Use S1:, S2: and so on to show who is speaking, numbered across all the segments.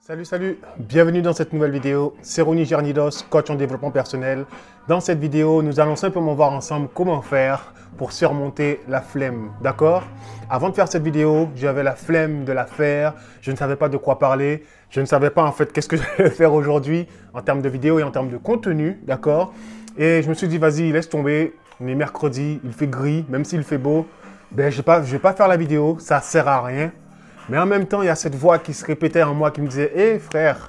S1: Salut, bienvenue dans cette nouvelle vidéo. C'est Ronny Gernidos, coach en développement personnel. Dans cette vidéo, nous allons simplement voir ensemble comment faire pour surmonter la flemme, d'accord? Avant de faire cette vidéo, j'avais la flemme de la faire, je ne savais pas de quoi parler, je ne savais pas en fait qu'est-ce que j'allais faire aujourd'hui en termes de vidéo et en termes de contenu, d'accord? Et je me suis dit, vas-y, laisse tomber, on est mercredi, il fait gris, même s'il fait beau, ben, je vais pas faire la vidéo, ça ne sert à rien. Mais en même temps, il y a cette voix qui se répétait en moi qui me disait « Hé frère,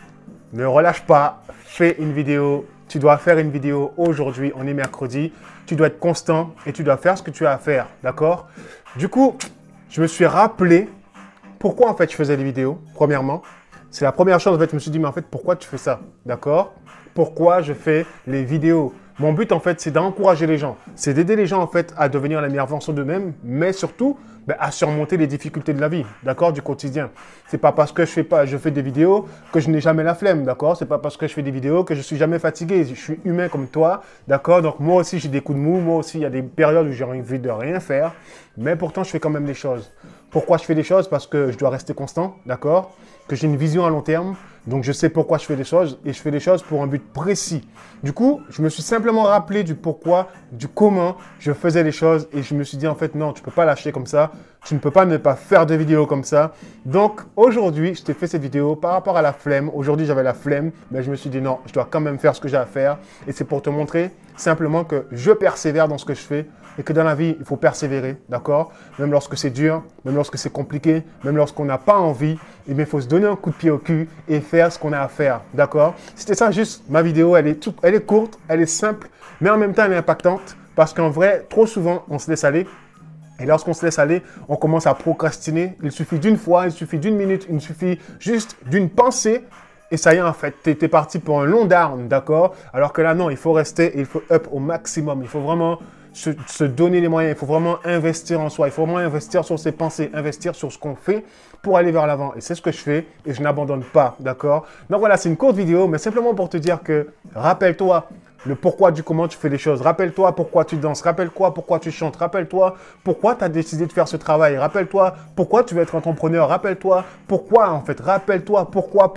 S1: ne relâche pas, fais une vidéo. Tu dois faire une vidéo aujourd'hui, on est mercredi. Tu dois être constant et tu dois faire ce que tu as à faire, d'accord ?» Du coup, je me suis rappelé pourquoi en fait je faisais des vidéos, premièrement. C'est la première chose, en fait, je me suis dit « Mais en fait, pourquoi tu fais ça, d'accord ?» Pourquoi je fais les vidéos? Mon but, en fait, c'est d'encourager les gens. C'est d'aider les gens, en fait, à devenir la meilleure version d'eux-mêmes, mais surtout, à surmonter les difficultés de la vie, d'accord, du quotidien. C'est pas parce que je fais des vidéos que je n'ai jamais la flemme, d'accord? C'est pas parce que je fais des vidéos que je suis jamais fatigué. Je suis humain comme toi, d'accord? Donc, moi aussi, j'ai des coups de mou. Moi aussi, il y a des périodes où j'ai envie de rien faire, mais pourtant, je fais quand même des choses. Pourquoi je fais des choses? Parce que je dois rester constant, d'accord? Que j'ai une vision à long terme. Donc, je sais pourquoi je fais des choses et je fais des choses pour un but précis. Du coup, je me suis simplement rappelé du pourquoi, du comment je faisais les choses et je me suis dit en fait, non, tu ne peux pas lâcher comme ça. Tu ne peux pas ne pas faire de vidéos comme ça. Donc, aujourd'hui, je t'ai fait cette vidéo par rapport à la flemme. Aujourd'hui, j'avais la flemme, mais je me suis dit non, je dois quand même faire ce que j'ai à faire. Et c'est pour te montrer simplement que je persévère dans ce que je fais et que dans la vie, il faut persévérer, d'accord? Même lorsque c'est dur, même lorsque c'est compliqué, même lorsqu'on n'a pas envie, il faut se donner un coup de pied au cul et faire ce qu'on a à faire, d'accord? C'était ça juste ma vidéo, elle est courte, elle est simple, mais en même temps, elle est impactante parce qu'en vrai, trop souvent, on se laisse aller. Et lorsqu'on se laisse aller, on commence à procrastiner. Il suffit d'une fois, il suffit d'une minute, il suffit juste d'une pensée. Et ça y est, en fait, tu es parti pour un long down, d'accord? Alors que là, non, il faut rester et il faut up au maximum. Il faut vraiment se donner les moyens. Il faut vraiment investir en soi. Il faut vraiment investir sur ses pensées, investir sur ce qu'on fait pour aller vers l'avant. Et c'est ce que je fais et je n'abandonne pas, d'accord? Donc voilà, c'est une courte vidéo, mais simplement pour te dire que, rappelle-toi, le pourquoi du comment tu fais les choses. Rappelle-toi pourquoi tu danses. Rappelle-toi pourquoi tu chantes. Rappelle-toi pourquoi tu as décidé de faire ce travail. Rappelle-toi pourquoi tu veux être entrepreneur. Rappelle-toi pourquoi en fait. Rappelle-toi pourquoi.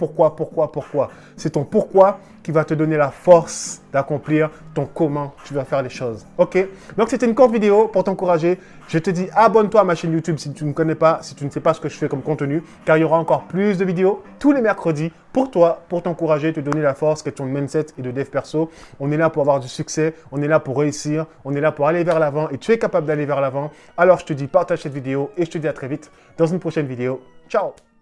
S1: C'est ton pourquoi qui va te donner la force d'accomplir ton comment tu vas faire les choses. Ok? Donc c'était une courte vidéo pour t'encourager. Je te dis abonne-toi à ma chaîne YouTube si tu ne connais pas, si tu ne sais pas ce que je fais comme contenu, car il y aura encore plus de vidéos tous les mercredis pour toi, pour t'encourager, te donner la force, question de mindset et de dev perso. On est là pour avoir du succès, on est là pour réussir, on est là pour aller vers l'avant et tu es capable d'aller vers l'avant. Alors je te dis partage cette vidéo et je te dis à très vite dans une prochaine vidéo. Ciao!